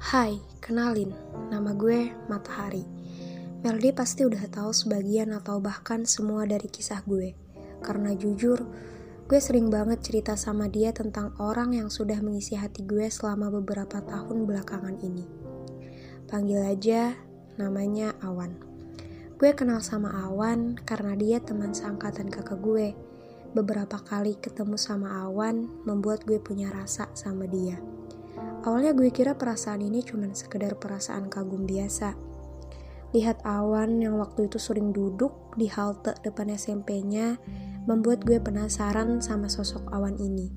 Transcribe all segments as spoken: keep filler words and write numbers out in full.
Hai, kenalin, nama gue Matahari. Melody pasti udah tahu sebagian atau bahkan semua dari kisah gue. Karena jujur, gue sering banget cerita sama dia tentang orang yang sudah mengisi hati gue selama beberapa tahun belakangan ini. Panggil aja, namanya Awan. Gue kenal sama Awan karena dia teman seangkatan kakak gue. Beberapa kali ketemu sama Awan membuat gue punya rasa sama dia. Awalnya gue kira perasaan ini cuma sekedar perasaan kagum biasa. Lihat Awan yang waktu itu sering duduk di halte depan S M P-nya membuat gue penasaran sama sosok Awan ini.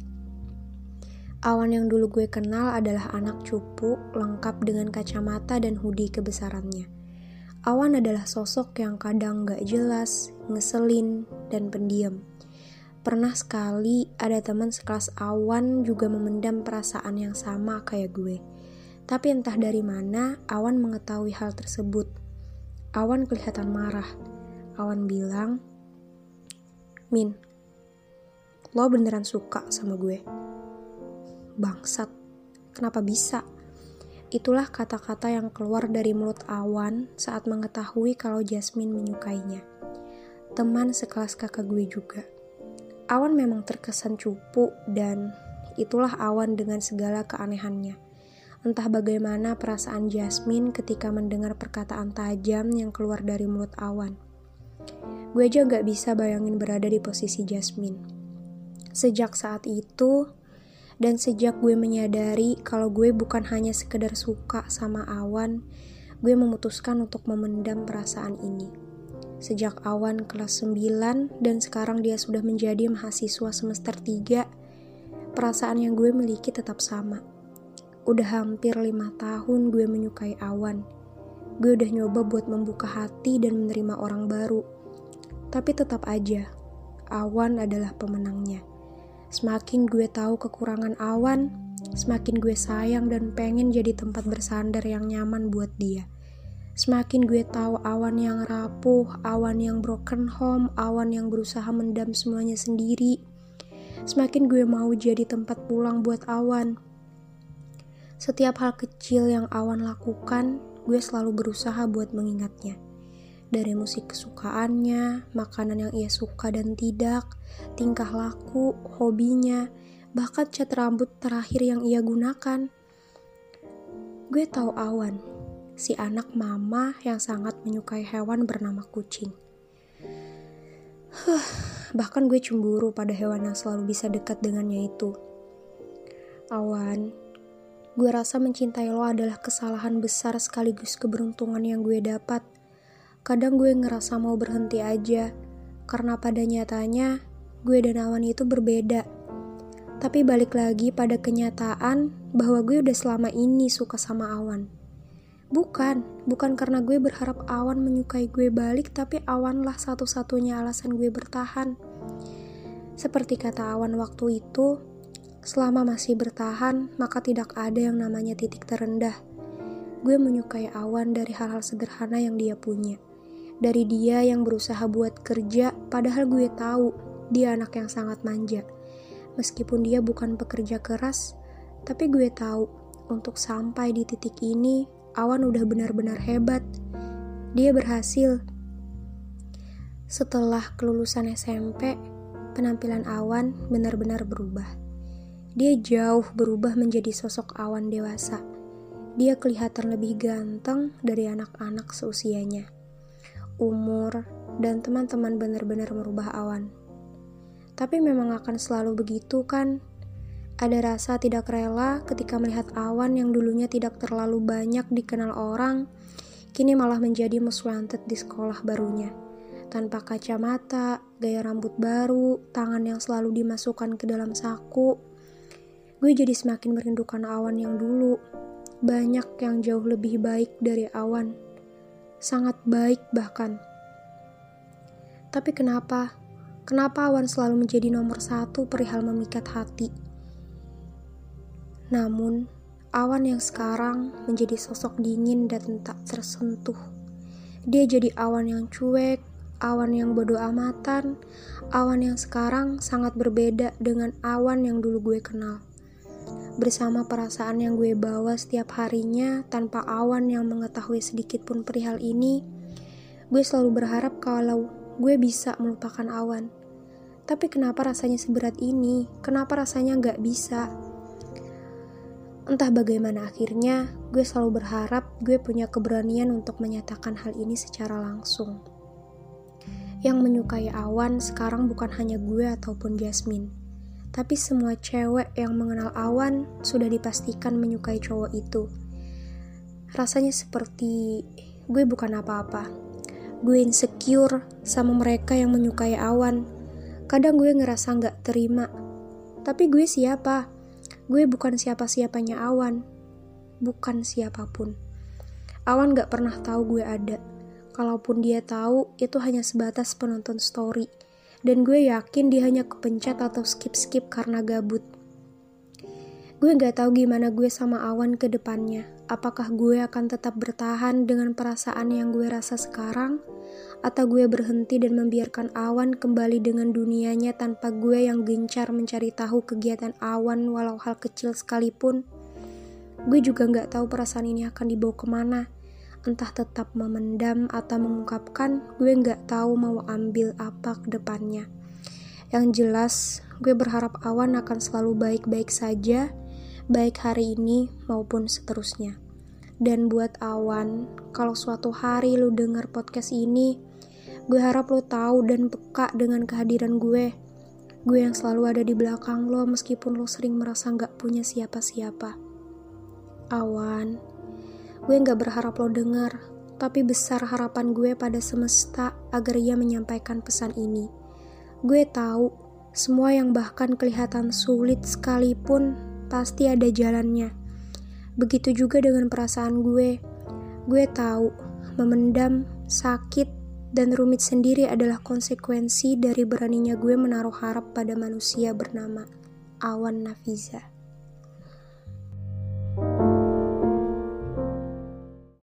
Awan yang dulu gue kenal adalah anak cupu lengkap dengan kacamata dan hoodie kebesarannya. Awan adalah sosok yang kadang gak jelas, ngeselin, dan pendiam. Pernah sekali ada teman sekelas Awan juga memendam perasaan yang sama kayak gue. Tapi entah dari mana Awan mengetahui hal tersebut. Awan kelihatan marah. Awan bilang, "Min, lo beneran suka sama gue?" Bangsat, kenapa bisa? Itulah kata-kata yang keluar dari mulut Awan saat mengetahui kalau Jasmine menyukainya. Teman sekelas kakak gue juga. Awan memang terkesan cupu dan itulah Awan dengan segala keanehannya. Entah bagaimana perasaan Jasmine ketika mendengar perkataan tajam yang keluar dari mulut Awan. Gue aja gak bisa bayangin berada di posisi Jasmine. Sejak saat itu, dan sejak gue menyadari kalau gue bukan hanya sekedar suka sama Awan, gue memutuskan untuk memendam perasaan ini. Sejak Awan kelas sembilan dan sekarang dia sudah menjadi mahasiswa semester tiga, perasaan yang gue miliki tetap sama. Udah hampir lima tahun gue menyukai Awan. Gue udah nyoba buat membuka hati dan menerima orang baru. Tapi tetap aja, Awan adalah pemenangnya. Semakin gue tahu kekurangan Awan, semakin gue sayang dan pengen jadi tempat bersandar yang nyaman buat dia. Semakin gue tahu Awan yang rapuh, Awan yang broken home, Awan yang berusaha mendam semuanya sendiri. Semakin gue mau jadi tempat pulang buat Awan. Setiap hal kecil yang Awan lakukan, gue selalu berusaha buat mengingatnya. Dari musik kesukaannya, makanan yang ia suka dan tidak, tingkah laku, hobinya, bahkan cat rambut terakhir yang ia gunakan. Gue tahu Awan, si anak mama yang sangat menyukai hewan bernama kucing. Huh, bahkan gue cemburu pada hewan yang selalu bisa dekat dengannya itu. Awan, gue rasa mencintai lo adalah kesalahan besar sekaligus keberuntungan yang gue dapat. Kadang gue ngerasa mau berhenti aja, karena pada nyatanya gue dan Awan itu berbeda. Tapi balik lagi pada kenyataan bahwa gue udah selama ini suka sama Awan. Bukan, bukan karena gue berharap Awan menyukai gue balik, tapi Awanlah satu-satunya alasan gue bertahan. Seperti kata Awan waktu itu, selama masih bertahan, maka tidak ada yang namanya titik terendah. Gue menyukai Awan dari hal-hal sederhana yang dia punya. Dari dia yang berusaha buat kerja, padahal gue tahu dia anak yang sangat manja. Meskipun dia bukan pekerja keras, tapi gue tahu untuk sampai di titik ini, Awan udah benar-benar hebat. Dia berhasil. Setelah kelulusan S M P, penampilan Awan benar-benar berubah. Dia jauh berubah menjadi sosok Awan dewasa. Dia kelihatan lebih ganteng dari anak-anak seusianya. Umur dan teman-teman benar-benar merubah Awan. Tapi memang akan selalu begitu kan? Ada rasa tidak rela ketika melihat Awan yang dulunya tidak terlalu banyak dikenal orang, kini malah menjadi most wanted di sekolah barunya. Tanpa kacamata, gaya rambut baru, tangan yang selalu dimasukkan ke dalam saku. Gue jadi semakin merindukan Awan yang dulu. Banyak yang jauh lebih baik dari Awan. Sangat baik bahkan. Tapi kenapa? Kenapa Awan selalu menjadi nomor satu perihal memikat hati? Namun, Awan yang sekarang menjadi sosok dingin dan tak tersentuh. Dia jadi Awan yang cuek, Awan yang bodoh amatan, Awan yang sekarang sangat berbeda dengan Awan yang dulu gue kenal. bersama perasaan yang gue bawa setiap harinya tanpa Awan yang mengetahui sedikit pun perihal ini. Gue selalu berharap kalau gue bisa melupakan Awan. Tapi kenapa rasanya seberat ini? Kenapa rasanya gak bisa? Entah bagaimana akhirnya, gue selalu berharap gue punya keberanian untuk menyatakan hal ini secara langsung. Yang menyukai Awan sekarang bukan hanya gue ataupun Jasmine, tapi semua cewek yang mengenal Awan sudah dipastikan menyukai cowok itu. Rasanya seperti gue bukan apa-apa. Gue insecure sama mereka yang menyukai Awan. Kadang gue ngerasa gak terima. Tapi gue siapa? Gue bukan siapa-siapanya Awan. Bukan siapapun. Awan gak pernah tahu gue ada. Kalaupun dia tahu, itu hanya sebatas penonton story. Dan gue yakin dia hanya kepencet atau skip-skip karena gabut. Gue gak tahu gimana gue sama Awan ke depannya. Apakah gue akan tetap bertahan dengan perasaan yang gue rasa sekarang? Atau gue berhenti dan membiarkan Awan kembali dengan dunianya tanpa gue yang gencar mencari tahu kegiatan Awan walau hal kecil sekalipun. Gue juga gak tahu perasaan ini akan dibawa kemana. Entah tetap memendam atau mengungkapkan, gue gak tahu mau ambil apa ke depannya. Yang jelas, gue berharap Awan akan selalu baik-baik saja, baik hari ini maupun seterusnya. Dan buat Awan, kalau suatu hari lu denger podcast ini, gue harap lo tahu dan peka dengan kehadiran gue. Gue yang selalu ada di belakang lo meskipun lo sering merasa gak punya siapa-siapa. Awan, gue gak berharap lo denger, tapi besar harapan gue pada semesta agar ia menyampaikan pesan ini. Gue tahu, semua yang bahkan kelihatan sulit sekalipun pasti ada jalannya. Begitu juga dengan perasaan gue. Gue tahu, memendam, sakit, dan rumit sendiri adalah konsekuensi dari beraninya gue menaruh harap pada manusia bernama Awan Nafiza.